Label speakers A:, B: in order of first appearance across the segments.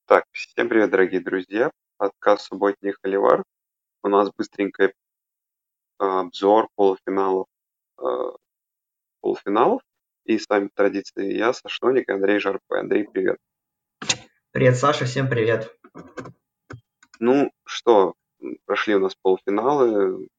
A: Так, всем привет, дорогие друзья. Подкаст «Субботний Холивар». У нас быстренький обзор э, полуфиналов. И с вами по традиции я, Сашноник и Андрей Жарко. Андрей, привет.
B: Привет, Саша, всем привет.
A: Ну что, прошли у нас полуфиналы.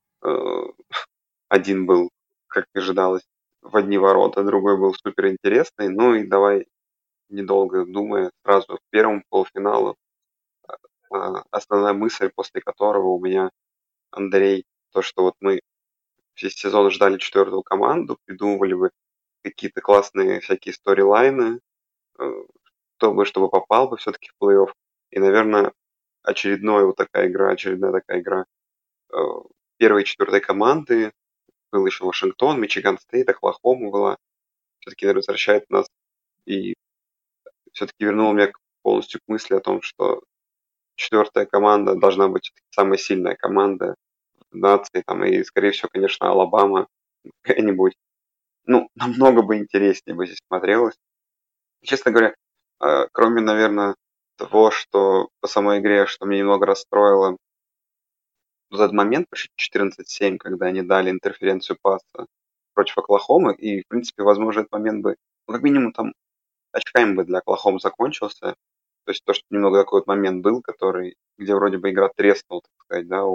A: Один был, как и ожидалось, в одни ворота, другой был супер интересный. Ну и давай, недолго думая, сразу к первому полуфиналу. Основная мысль, после которого у меня, Андрей, то, что вот мы весь сезон ждали четвертую команду, придумывали бы какие-то классные всякие сторилайны, чтобы попал бы все-таки в плей-офф. И, наверное, очередная такая игра э, первой и четвертой команды. Был еще Вашингтон, Мичиган Стейт, Оклахома была. Все-таки возвращает нас и все-таки вернула меня полностью к мысли о том, что четвертая команда должна быть самая сильная команда в нации. Там, и, скорее всего, конечно, Алабама какая-нибудь. Ну, намного бы интереснее бы здесь смотрелось. Честно говоря, кроме, наверное, того, что по самой игре, что меня немного расстроило, вот этот момент, почти 14-7, когда они дали интерференцию паса против Оклахомы, и, в принципе, возможно, этот момент бы, ну, как минимум, там, очками бы для Оклахомы закончился. То есть то, что немного такой вот момент был, где вроде бы игра треснула, так сказать, да,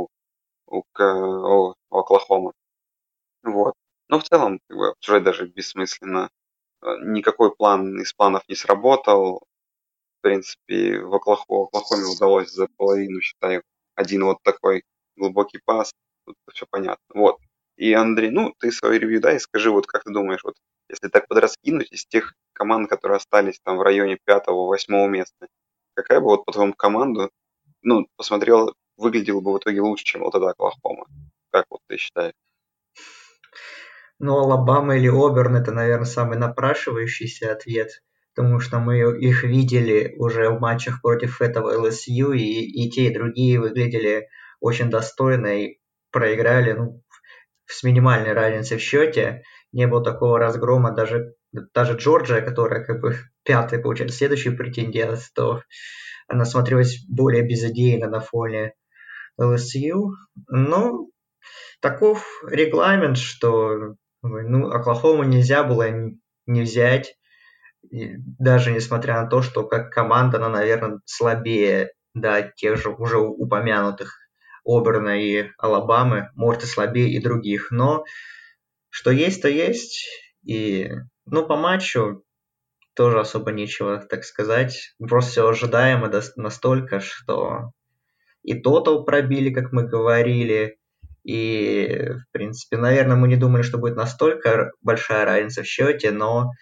A: у Оклахомы. Вот. Но в целом, как бы, обсуждать даже бессмысленно. Никакой план из планов не сработал. В принципе, в Оклахоме удалось за половину, считаю, один вот такой глубокий пас. Тут все понятно. Вот. И, Андрей, ну, ты свое ревью дай, скажи, вот как ты думаешь, вот если так подраскинуть из тех команд, которые остались там в районе пятого-восьмого места, какая бы вот, по-твоему, команду, ну, выглядела бы в итоге лучше, чем вот эта Оклахома? Как вот ты считаешь?
B: Ну, Алабама или Оберн – это, наверное, самый напрашивающийся ответ, потому что мы их видели уже в матчах против этого ЛСЮ, и те, и другие выглядели очень достойно и проиграли с минимальной разницей в счете. Не было такого разгрома, даже Джорджия, которая как бы пятый, получается, следующий претендент, то она смотрелась более безыдейно на фоне ЛСЮ. Но таков регламент, что Оклахому нельзя было не взять, даже несмотря на то, что как команда она, наверное, слабее, да, тех же уже упомянутых Оберна и Алабамы, может и слабее и других, но что есть, то есть, и по матчу тоже особо нечего, так сказать, просто все ожидаемо настолько, что и тотал пробили, как мы говорили, и, в принципе, наверное, мы не думали, что будет настолько большая разница в счете, но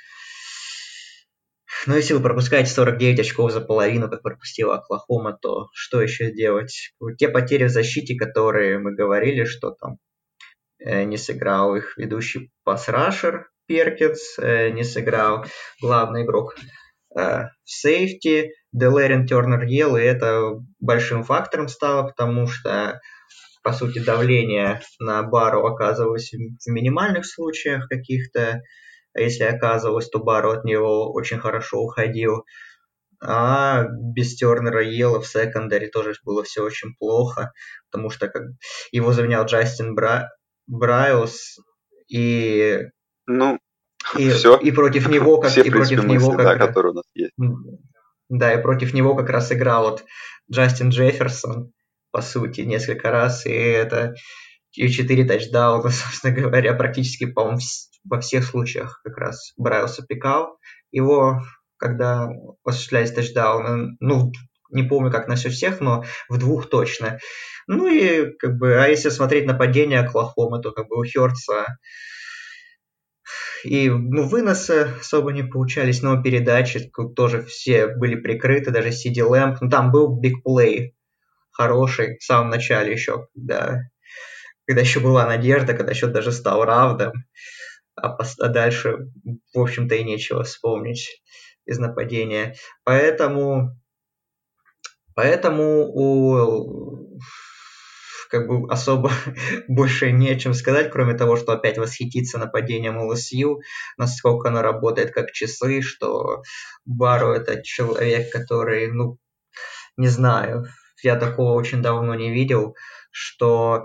B: если вы пропускаете 49 очков за половину, как пропустила Оклахома, то что еще делать? Те потери в защите, которые мы говорили, что там не сыграл их ведущий пас-рашер Перкинс, не сыграл главный игрок в сейфти, Делерин Тернер ел, и это большим фактором стало, потому что, по сути, давление на Бару оказывалось в минимальных случаях каких-то, а если оказывалось, то Бару от него очень хорошо уходил. А без Тернера Ела в секондаре тоже было все очень плохо, потому что его заменял Джастин Брайлс, и,
A: Ну,
B: и,
A: все,
B: и против него
A: все, в принципе, мысли, да, которые у нас есть.
B: Да, и против него как раз играл вот Джастин Джефферсон, по сути, несколько раз, и это 4 тачдауна, собственно говоря, практически, по-моему, во всех случаях как раз Брайлс опекал его, когда осуществлялись тачдауны. Не помню, как насчет всех, но в 2 точно. И а если смотреть нападение Оклахомы, то у Хёртса и выносы особо не получались, но передачи тоже все были прикрыты, даже Сиди Лэмп. Там был бигплей хороший в самом начале еще, когда еще была надежда, когда счет даже стал равным, а дальше, в общем-то, и нечего вспомнить из нападения. Поэтому особо больше не о чем сказать, кроме того, что опять восхититься нападением ЛСЮ, насколько оно работает как часы, что Бару это человек, который не знаю, я такого очень давно не видел, что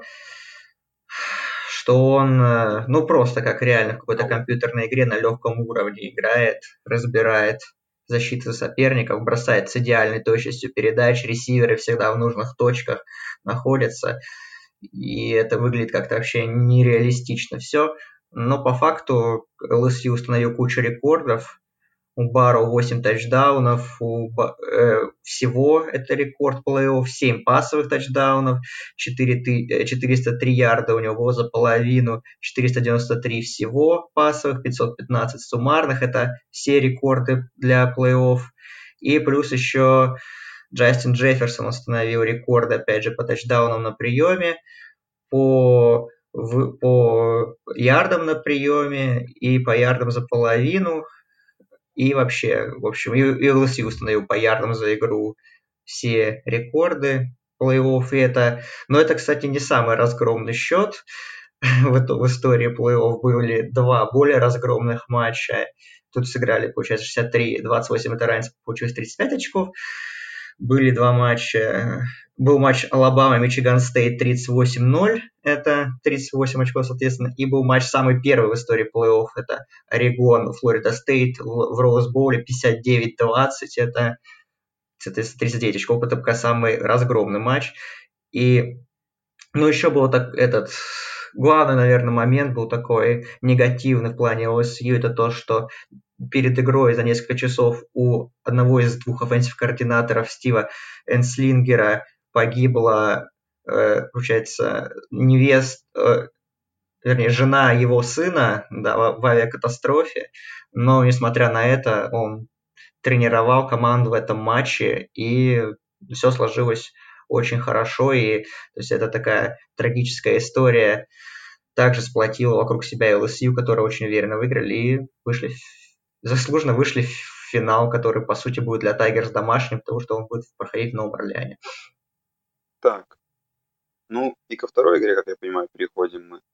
B: он, ну, просто как реально в какой-то компьютерной игре на легком уровне играет, разбирает защиту соперников, бросает с идеальной точностью передач, ресиверы всегда в нужных точках находятся, и это выглядит как-то вообще нереалистично все. Но по факту LSU установил кучу рекордов. У Барроу 8 тачдаунов, всего это рекорд плей-офф, 7 пасовых тачдаунов, 403 ярда у него за половину, 493 всего пасовых, 515 суммарных, это все рекорды для плей-офф. И плюс еще Джастин Джефферсон установил рекорд, опять же, по тачдаунам на приеме, по ярдам на приеме и по ярдам за половину. И вообще, в общем, и LSU установил по ярдам за игру все рекорды плей-офф. Но это, кстати, не самый разгромный счет. В истории плей-офф были два более разгромных матча. Тут сыграли, получается, 63-28, это разница, получилось 35 очков. Были два матча. Был матч Алабама, Мичиган Стейт 38-0, это 38 очков, соответственно. И был матч самый первый в истории плей-офф, это Орегон, Флорида Стейт в Роуз-боуле 59-20, это, соответственно, 39 очков, это пока самый разгромный матч. И, ну, еще был главный, наверное, момент был такой негативный в плане LSU, это то, что перед игрой за несколько часов у одного из двух оффенсив-координаторов Стива Энслингера погибла, получается, жена его сына, да, в авиакатастрофе, но, несмотря на это, он тренировал команду в этом матче, и все сложилось очень хорошо, и то есть это такая трагическая история также сплотила вокруг себя LSU, которые очень уверенно выиграли и заслуженно вышли в финал, который, по сути, будет для Тайгерс домашним, потому что он будет проходить в Новом Орлеане.
A: Так, ну и ко второй игре, как я понимаю, переходим мы.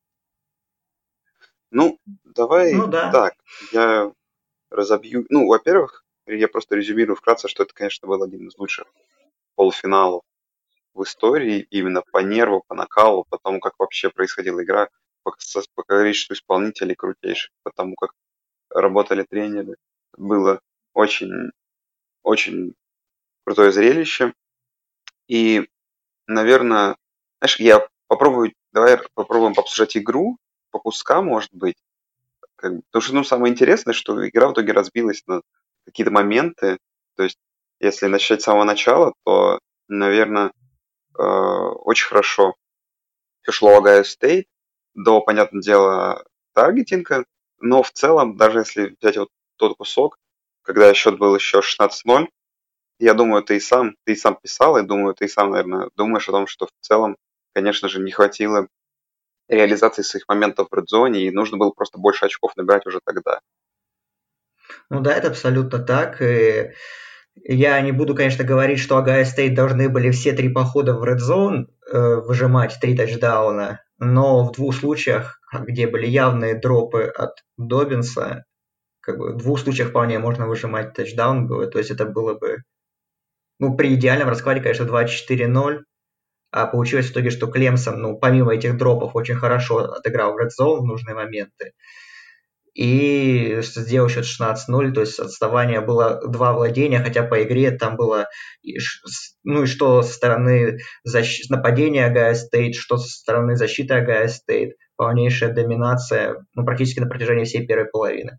A: Ну, давай
B: да.
A: так, я разобью. Ну, во-первых, я просто резюмирую вкратце, что это, конечно, был один из лучших полуфиналов в истории, именно по нерву, по накалу, по тому, как вообще происходила игра, по количеству исполнителей крутейших, по тому, как работали тренеры. Было очень, очень крутое зрелище. И, наверное, знаешь, давай попробуем пообсуждать игру по кускам, может быть. Потому что, самое интересное, что игра в итоге разбилась на какие-то моменты. То есть, если начать с самого начала, то, наверное, очень хорошо шло Огайо Стейт до, понятное дело, таргетинга. Но в целом, даже если взять вот тот кусок, когда счет был еще 16-0, я думаю, ты и сам писал, и думаю, ты и сам, наверное, думаешь о том, что в целом, конечно же, не хватило реализации своих моментов в редзоне, и нужно было просто больше очков набирать уже тогда.
B: Ну да, это абсолютно так. И я не буду, конечно, говорить, что Огайо Стейт должны были все 3 похода в Red Zone выжимать 3 тачдауна, но в 2 случаях, где были явные дропы от Доббинса, в 2 случаях вполне можно выжимать тачдаун было, то есть это было бы, при идеальном раскладе, конечно, 24-0, а получилось в итоге, что Клемсон, помимо этих дропов, очень хорошо отыграл в Red Zone в нужные моменты. И сделал счет 16-0, то есть отставание было 2 владения, хотя по игре там было и что со стороны нападения Огайо Стейт, что со стороны защиты Огайо Стейт, полнейшая доминация, практически на протяжении всей первой половины.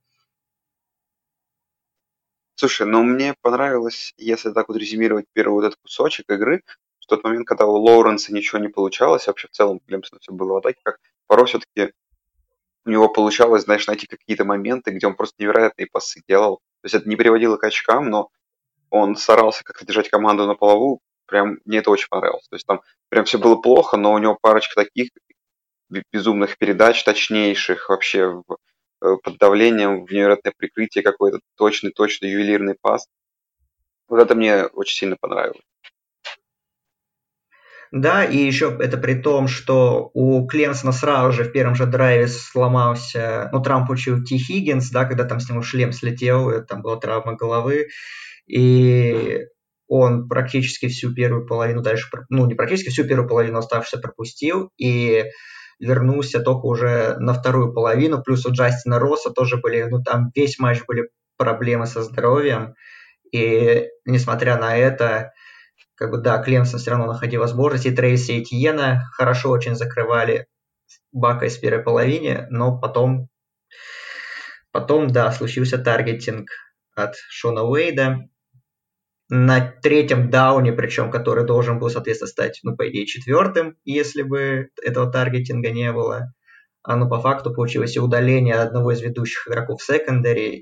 A: Слушай, мне понравилось, если так вот резюмировать первый вот этот кусочек игры, в тот момент, когда у Лоуренса ничего не получалось, вообще в целом у Клемсона все было в атаке, как порой все-таки у него получалось, знаешь, найти какие-то моменты, где он просто невероятные пасы делал. То есть это не приводило к очкам, но он старался как-то держать команду на плаву. Прям мне это очень понравилось. То есть там прям все было плохо, но у него парочка таких безумных передач, точнейших вообще под давлением, в невероятное прикрытие, какой-то точный ювелирный пас. Вот это мне очень сильно понравилось.
B: Да, и еще это при том, что у Клемсона сразу же в первом же драйве сломался, Трамп учил Ти Хиггинс, да, когда там с него шлем слетел, там была травма головы, и он практически всю первую половину дальше, ну, не практически всю первую половину оставшуюся пропустил, и вернулся только уже на вторую половину, плюс у Джастина Росса тоже были, ну, там весь матч были проблемы со здоровьем, и несмотря на это, как бы, да, Клемсон все равно находил возможности, и Трейси и Этьена хорошо очень закрывали Бака из первой половине, но потом, да, случился таргетинг от Шона Уэйда на третьем дауне, причем который должен был, соответственно, стать, ну, по идее, четвертым, если бы этого таргетинга не было. Ну, по факту получилось и удаление одного из ведущих игроков в секондаре,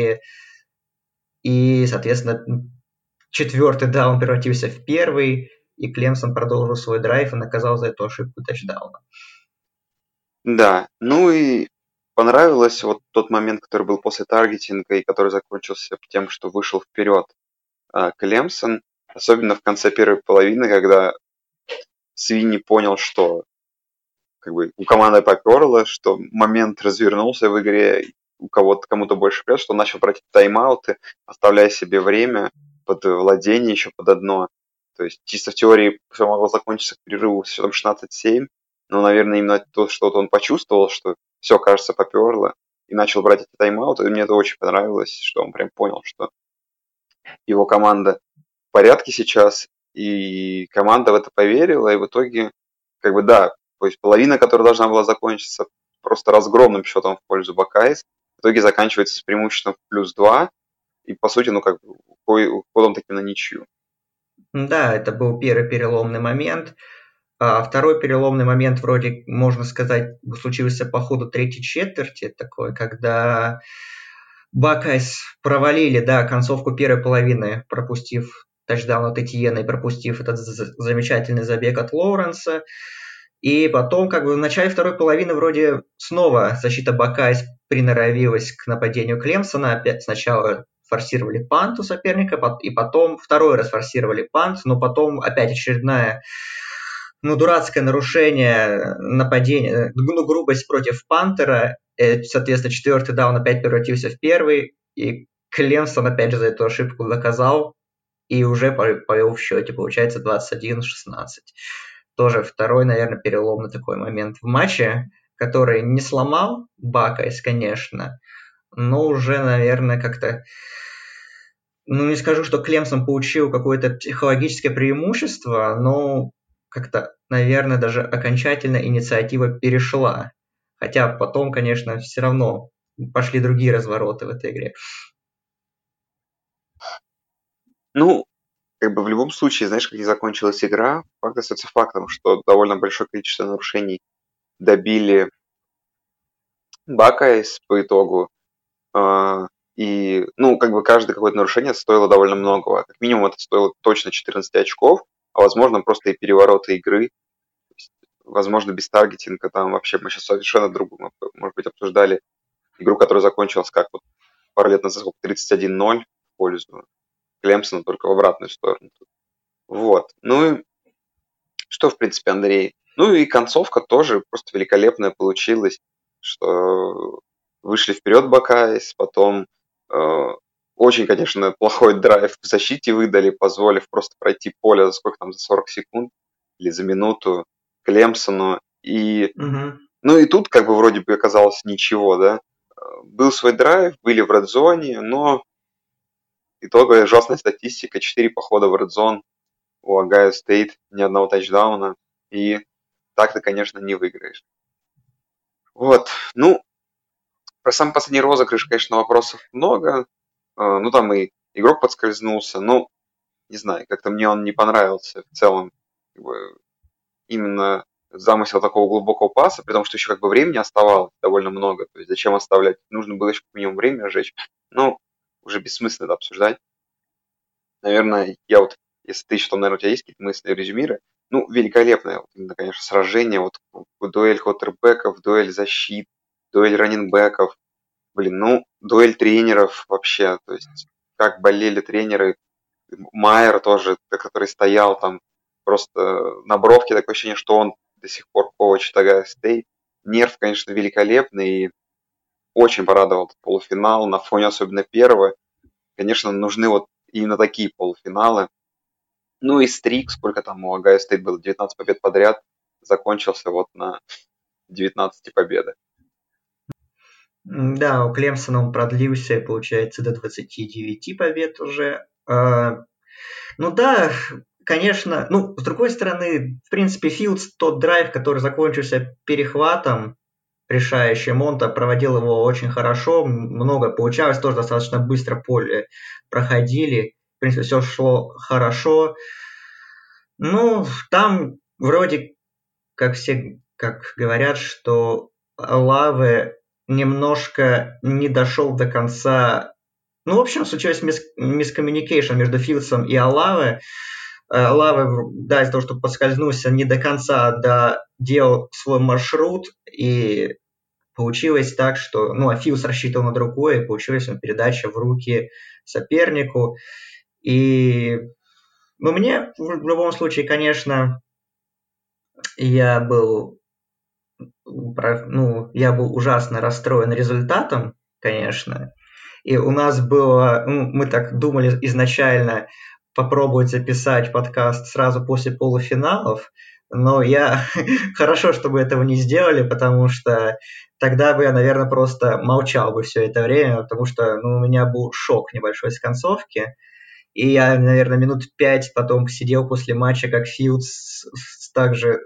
B: и соответственно, четвертый даун превратился в первый, и Клемсон продолжил свой драйв и наказал за эту ошибку тачдауна.
A: Да, ну и понравилось вот тот момент, который был после таргетинга и который закончился тем, что вышел вперед Клемсон, особенно в конце первой половины, когда Свинни понял, что как бы у команды поперло, что момент развернулся в игре, у кого-то кому-то больше прет, что он начал брать тайм-ауты, оставляя себе время под владение еще под одно. То есть чисто в теории все могло закончиться к перерыву с счетом 16-7, но, наверное, именно то, что он почувствовал, что все, кажется, поперло, и начал брать эти тайм-ауты, и мне это очень понравилось, что он прям понял, что его команда в порядке сейчас, и команда в это поверила, и в итоге, как бы, да, то есть половина, которая должна была закончиться просто разгромным счетом в пользу Бакайс, в итоге заканчивается с преимуществом в +2, и, по сути, ну, как бы, уходом таким на ничью.
B: Да, это был первый переломный момент. Второй переломный момент, вроде, можно сказать, случился по ходу третьей четверти, такой, когда Бакайс провалили, да, концовку первой половины, пропустив тачдаун от Этьена и пропустив этот замечательный забег от Лоуренса. И потом, как бы в начале второй половины вроде снова защита Бакайс приноровилась к нападению Клемсона. Опять сначала форсировали пант у соперника, и потом второй раз форсировали пант, но потом опять очередная, ну, дурацкое нарушение, нападение, ну, грубость против пантера. Соответственно, четвертый даун опять превратился в первый, и Клемсон опять же за эту ошибку доказал, и уже повел в счете, получается 21-16. Тоже второй, наверное, переломный такой момент в матче, который не сломал Бакайс, конечно, но уже, наверное, как-то, ну, не скажу, что Клемсон получил какое-то психологическое преимущество, но как-то, наверное, даже окончательно инициатива перешла. Хотя потом, конечно, все равно пошли другие развороты в этой игре.
A: Ну, как бы в любом случае, знаешь, как не закончилась игра, факт остается фактом, что довольно большое количество нарушений добили Бакайс по итогу. И, ну, как бы каждое какое-то нарушение стоило довольно многого. Как минимум это стоило точно 14 очков, а возможно просто и перевороты игры. То есть, возможно, без таргетинга там вообще мы сейчас совершенно другую, может быть, обсуждали игру, которая закончилась как вот пару лет назад, 31-0 в пользу Клемсона, только в обратную сторону. Вот. Ну и что, в принципе, Андрей? Ну и концовка тоже просто великолепная получилась, что вышли вперед Бакайс, потом очень, конечно, плохой драйв в защите выдали, позволив просто пройти поле за сколько там, за 40 секунд или за минуту Клемсону. И, ну и тут как бы вроде бы оказалось ничего, да. Был свой драйв, были в редзоне, но итоговая ужасная статистика, 4 похода в редзон у Огайо Стейт, ни одного тачдауна. И так ты, конечно, не выиграешь. Вот. Ну, про сам последний розыгрыш, конечно, вопросов много. Ну, там и игрок подскользнулся. Ну, не знаю, как-то мне он не понравился в целом. Как бы, именно замысел такого глубокого паса, при том, что еще как бы времени оставалось довольно много. То есть зачем оставлять? Нужно было еще как минимум время сжечь. Ну, уже бессмысленно это обсуждать. Наверное, я вот, если ты еще там, наверное, у тебя есть какие-то мысли, резюмиры, ну, великолепное, вот, именно, конечно, сражение, вот дуэль квотербеков, дуэль защит, дуэль раннинбеков, блин, ну, дуэль тренеров вообще, то есть как болели тренеры, Майер тоже, который стоял там просто на бровке, такое ощущение, что он до сих пор коуч Тагайо Стейт. Нерв, конечно, великолепный, и очень порадовал этот полуфинал на фоне особенно первого. Конечно, нужны вот именно такие полуфиналы. Ну и стрик, сколько там у Огайо Стейт было, 19 побед подряд, закончился вот на 19 победах.
B: Да, у Клемсона он продлился, получается, до 29 побед уже. Ну да, конечно. Ну, с другой стороны, в принципе, Филдс, тот драйв, который закончился перехватом решающим, он-то проводил его очень хорошо, много получалось, тоже достаточно быстро поле проходили. В принципе, все шло хорошо. Ну, там вроде как все как говорят, что Лаве немножко не дошел до конца. Ну, в общем, случилась мискоммуникейшн между Филдсом и Алаве. Лаве, да, из-за того, что подскользнулся, не до конца доделал свой маршрут, и получилось так, что, ну, а Филдс рассчитывал на другое, и получилась передача в руки сопернику. И, ну, мне в любом случае, конечно, я был я был ужасно расстроен результатом, конечно. И у нас было, мы так думали изначально попробовать записать подкаст сразу после полуфиналов, но хорошо, что мы этого не сделали, потому что тогда бы я, наверное, просто молчал бы все это время, потому что у меня был шок небольшой с концовки. И я, наверное, минут 5 потом сидел после матча, как Филдс также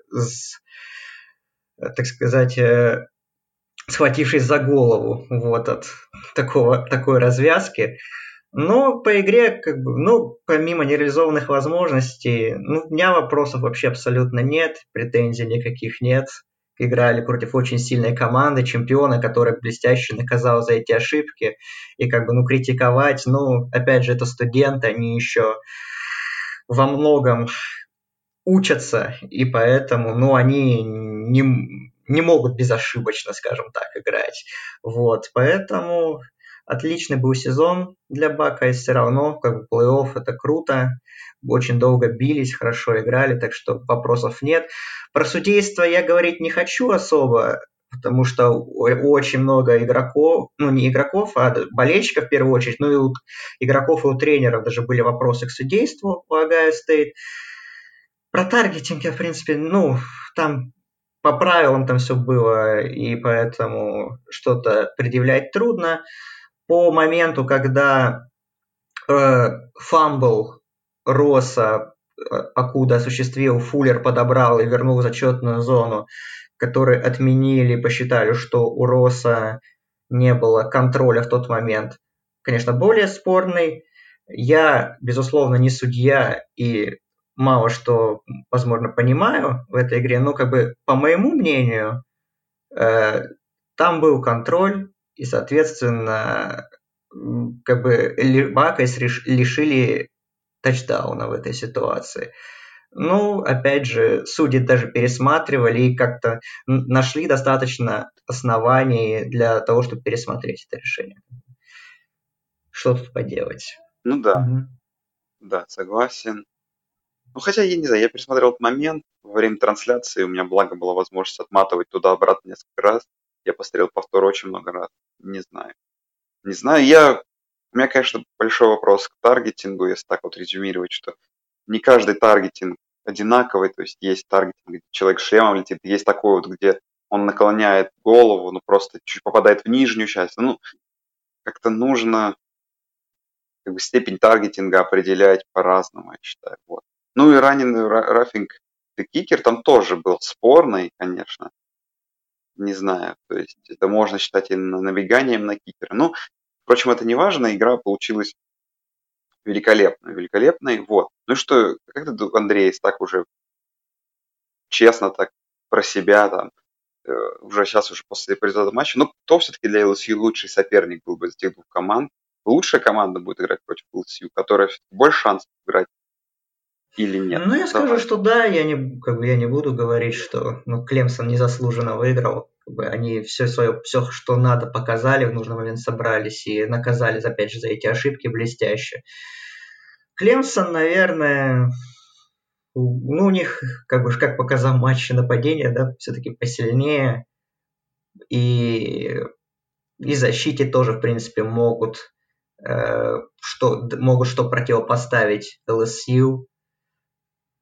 B: так сказать, схватившись за голову вот от такой развязки. Но по игре, помимо нереализованных возможностей, у меня вопросов вообще абсолютно нет, претензий никаких нет. Играли против очень сильной команды, чемпиона, который блестяще наказал за эти ошибки. И критиковать, опять же, это студенты, они еще во многом учатся, и поэтому, они не могут безошибочно, скажем так, играть. Вот, поэтому отличный был сезон для Бака, и все равно, плей-офф это круто, очень долго бились, хорошо играли, так что вопросов нет. Про судейство я говорить не хочу особо, потому что очень много игроков, не игроков, а болельщиков в первую очередь, и у игроков и у тренеров даже были вопросы к судейству у Огайо Стейт. Про таргетинг я, в принципе, там по правилам там все было, и поэтому что-то предъявлять трудно. По моменту, когда фамбл Росса Акуда осуществил, Фуллер подобрал и вернул в зачетную зону, который отменили, посчитали, что у Росса не было контроля в тот момент, конечно, более спорный. Я, безусловно, не судья и мало что, возможно, понимаю в этой игре, но по моему мнению, там был контроль, и, соответственно, Бакайс лишили тачдауна в этой ситуации. Опять же, судьи даже пересматривали и как-то нашли достаточно оснований для того, чтобы пересмотреть это решение. Что тут поделать?
A: Ну да,
B: Угу.
A: да, согласен. Ну, хотя, я не знаю, я пересмотрел этот момент во время трансляции, у меня, благо, была возможность отматывать туда-обратно несколько раз. Я посмотрел повтор очень много раз. Не знаю. Не знаю, у меня, конечно, большой вопрос к таргетингу, если так вот резюмировать, что не каждый таргетинг одинаковый, то есть таргетинг, где человек шлемом летит, есть такой вот, где он наклоняет голову, просто чуть попадает в нижнюю часть. Как-то нужно степень таргетинга определять по-разному, я считаю. Вот. Ну и раненый рафинг the kicker там тоже был спорный, конечно. Не знаю, то есть это можно считать и набеганием на кикера. Ну, впрочем, это не важно, игра получилась великолепной, вот. Ну что, как ты, Андрей, если так уже честно так про себя там, уже сейчас уже после эпизода матча, кто все-таки для LSU лучший соперник был бы из этих двух команд? Лучшая команда будет играть против LSU, которая больше шансов играть или нет?
B: Я скажу,
A: Давай.
B: что да, я не буду говорить, что Клемсон незаслуженно выиграл. Они все, что надо, показали, в нужный момент собрались и наказали, опять же, за эти ошибки блестяще. Клемсон, наверное, у них, как показал матч нападения, да, все-таки посильнее. И защите тоже, в принципе, могут что противопоставить LSU.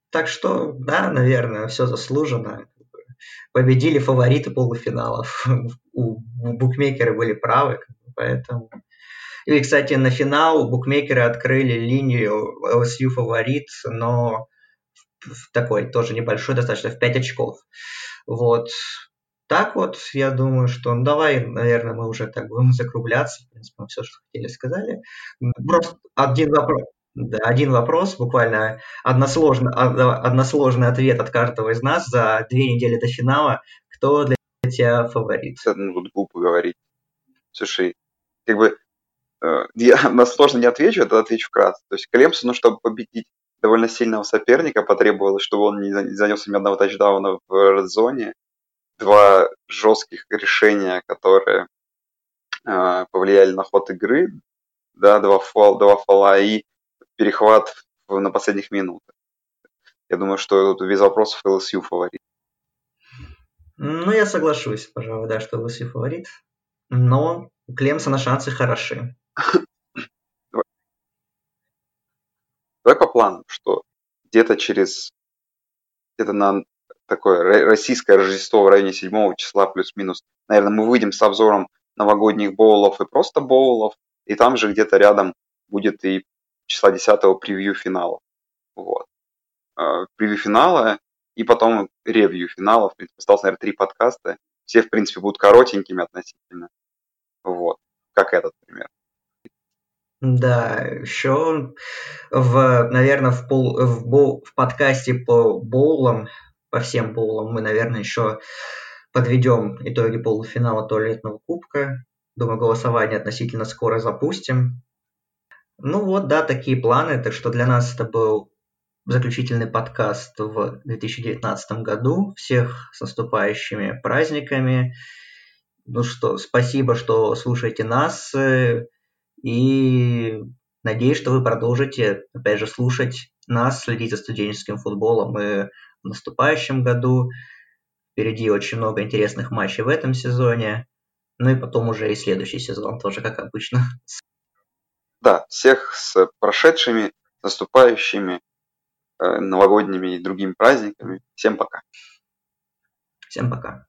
B: Так что, да, наверное, все заслуженно. Победили фавориты полуфиналов. У букмекеры были правы, поэтому... И, кстати, на финал букмекеры открыли линию LSU фаворит, но в такой тоже небольшой, достаточно в 5 очков. Вот. Так вот, я думаю, что ну, давай, наверное, мы уже так будем закругляться. В принципе, мы все, что хотели, сказали. Просто один вопрос. Да, один вопрос, буквально односложный ответ от каждого из нас за 2 недели до финала. Кто для тебя фаворит?
A: Это, тут глупо говорить. Слушай, как бы я на сложно не отвечу, я отвечу вкратце. То есть Клемсону, чтобы победить довольно сильного соперника, потребовалось, чтобы он не занес ни одного тачдауна в редзоне. 2 жестких решения, которые повлияли на ход игры, да, 2 фола и перехват на последних минутах. Я думаю, что тут без вопросов LSU фаворит.
B: Ну, я соглашусь, пожалуй, да, что LSU фаворит. Но у Клемсона шансы хороши.
A: Давай по плану, что где-то на такое российское Рождество в районе 7 числа плюс-минус, наверное, мы выйдем с обзором новогодних боулов и просто боулов, и там же где-то рядом будет и числа 10 превью финала. Вот. Превью финала и потом ревью финала. В принципе, осталось, наверное, 3 подкаста. Все, в принципе, будут коротенькими относительно. Вот. Как этот, например.
B: Да, еще наверное, в подкасте по боулам, по всем боулам мы, наверное, еще подведем итоги полуфинала туалетного кубка. Думаю, голосование относительно скоро запустим. Ну вот, да, такие планы. Так что для нас это был заключительный подкаст в 2019 году. Всех с наступающими праздниками. Ну что, спасибо, что слушаете нас. И надеюсь, что вы продолжите, опять же, слушать нас, следить за студенческим футболом и в наступающем году. Впереди очень много интересных матчей в этом сезоне. Ну и потом уже и следующий сезон тоже, как обычно.
A: Да, всех с прошедшими, наступающими, новогодними и другими праздниками. Всем пока.
B: Всем пока.